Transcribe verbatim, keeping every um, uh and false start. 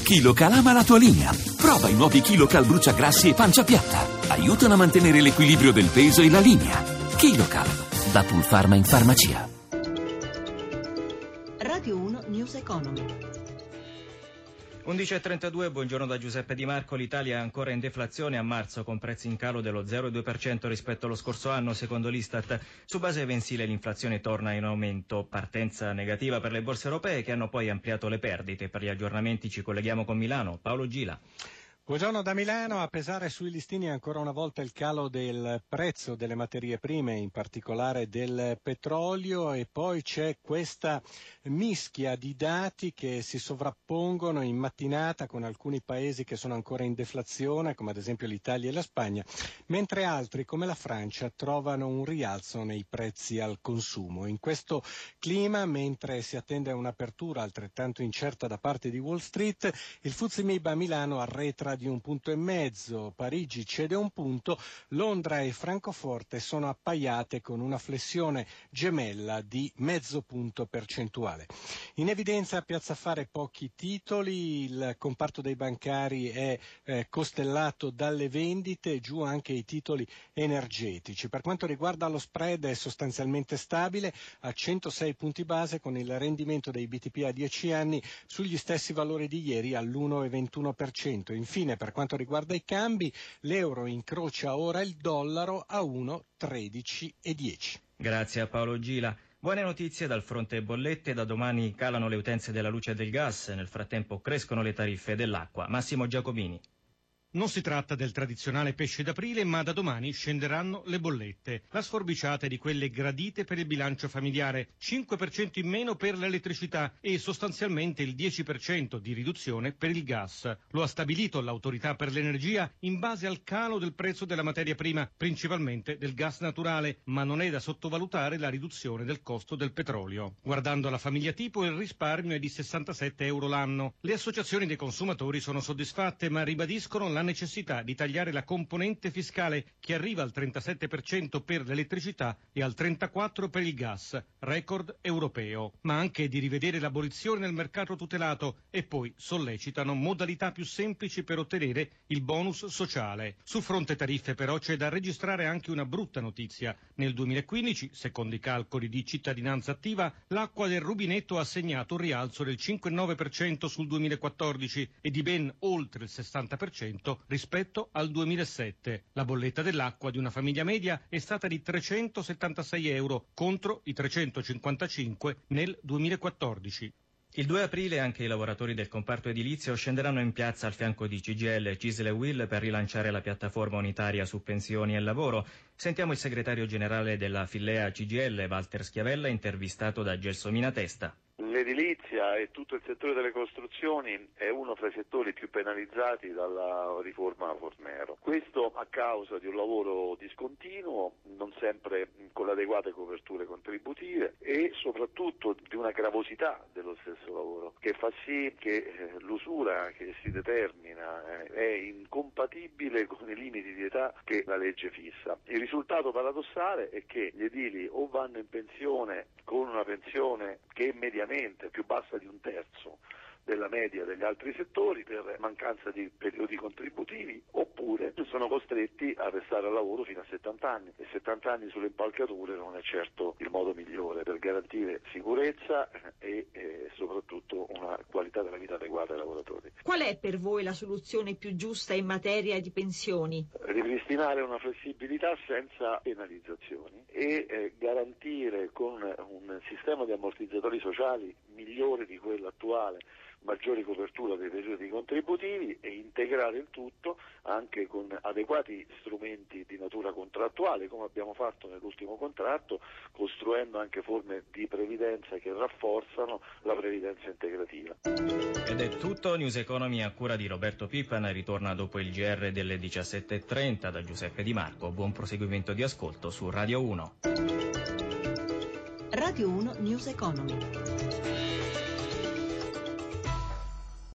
KiloCal ama la tua linea. Prova i nuovi KiloCal bruciagrassi e pancia piatta. Aiutano a mantenere l'equilibrio del peso e la linea. KiloCal, da Pulpharma in farmacia. Radio uno News Economy. undici e trentadue, buongiorno da Giuseppe Di Marco. L'Italia è ancora in deflazione a marzo, con prezzi in calo dello zero virgola due per cento rispetto allo scorso anno, secondo l'Istat. Su base mensile l'inflazione torna in aumento, partenza negativa per le borse europee che hanno poi ampliato le perdite. Per gli aggiornamenti ci colleghiamo con Milano. Paolo Gila. Buongiorno da Milano. A pesare sui listini ancora una volta il calo del prezzo delle materie prime, in particolare del petrolio, e poi c'è questa mischia di dati che si sovrappongono in mattinata con alcuni paesi che sono ancora in deflazione, come ad esempio l'Italia e la Spagna, mentre altri come la Francia trovano un rialzo nei prezzi al consumo. In questo clima, mentre si attende un'apertura altrettanto incerta da parte di Wall Street, il F T S E M I B a Milano arretra di un punto e mezzo, Parigi cede un punto, Londra e Francoforte sono appaiate con una flessione gemella di mezzo punto percentuale. In evidenza a Piazza Affari pochi titoli, il comparto dei bancari è eh, costellato dalle vendite, giù anche i titoli energetici. Per quanto riguarda lo spread è sostanzialmente stabile a centosei punti base, con il rendimento dei B T P a dieci anni sugli stessi valori di ieri all'uno virgola ventuno per cento. Infine, per quanto riguarda i cambi, l'euro incrocia ora il dollaro a uno virgola tredici e dieci. Grazie a Paolo Gila. Buone notizie dal fronte bollette. Da domani calano le utenze della luce e del gas. Nel frattempo crescono le tariffe dell'acqua. Massimo Giacomini. Non si tratta del tradizionale pesce d'aprile, ma da domani scenderanno le bollette. La sforbiciata è di quelle gradite per il bilancio familiare, cinque per cento in meno per l'elettricità e sostanzialmente il dieci per cento di riduzione per il gas. Lo ha stabilito l'autorità per l'energia in base al calo del prezzo della materia prima, principalmente del gas naturale, ma non è da sottovalutare la riduzione del costo del petrolio. Guardando la famiglia tipo, il risparmio è di sessantasette euro l'anno. Le associazioni dei consumatori sono soddisfatte, ma ribadiscono la la necessità di tagliare la componente fiscale che arriva al trentasette per cento per l'elettricità e al trentaquattro per cento per il gas, record europeo, ma anche di rivedere l'abolizione del mercato tutelato, e poi sollecitano modalità più semplici per ottenere il bonus sociale. Sul fronte tariffe però c'è da registrare anche una brutta notizia. Nel duemilaquindici, secondo i calcoli di Cittadinanza Attiva, l'acqua del rubinetto ha segnato un rialzo del cinque virgola nove per cento sul duemilaquattordici e di ben oltre il sessanta per cento rispetto al duemilasette. La bolletta dell'acqua di una famiglia media è stata di trecentosettantasei euro contro i trecentocinquantacinque nel duemilaquattordici. Il due aprile anche i lavoratori del comparto edilizio scenderanno in piazza al fianco di C G I L, C I S L e U I L per rilanciare la piattaforma unitaria su pensioni e lavoro. Sentiamo il segretario generale della Fillea C G I L, Walter Schiavella, intervistato da Gelsomina Testa. L'edilizia e tutto il settore delle costruzioni è uno fra i settori più penalizzati dalla riforma Fornero. Questo a causa di un lavoro discontinuo, non sempre con le adeguate coperture contributive, e soprattutto di una gravosità dello stesso lavoro, che fa sì che eh, l'usura che si determina eh, è incompatibile con i limiti di età che la legge fissa. Il risultato paradossale è che gli edili o vanno in pensione con una pensione che è mediamente più bassa di un terzo della media degli altri settori per mancanza di periodi contributivi, oppure sono costretti a restare al lavoro fino a settanta anni, e settanta anni sulle impalcature non è certo il modo migliore per garantire sicurezza e eh, soprattutto una qualità della vita adeguata ai lavoratori. Qual è per voi la soluzione più giusta in materia di pensioni? Ripristinare una flessibilità senza penalizzazioni e eh, garantire con un sistema di ammortizzatori sociali migliore di quello attuale maggiori copertura dei periodi contributivi, e integrare il tutto anche con adeguati strumenti di natura contrattuale, come abbiamo fatto nell'ultimo contratto, costruendo anche forme di previdenza che rafforzano la previdenza integrativa. Ed è tutto. News Economy a cura di Roberto Pippan ritorna dopo il G R delle diciassette e trenta da Giuseppe Di Marco. Buon proseguimento di ascolto su Radio uno. Radio uno News Economy.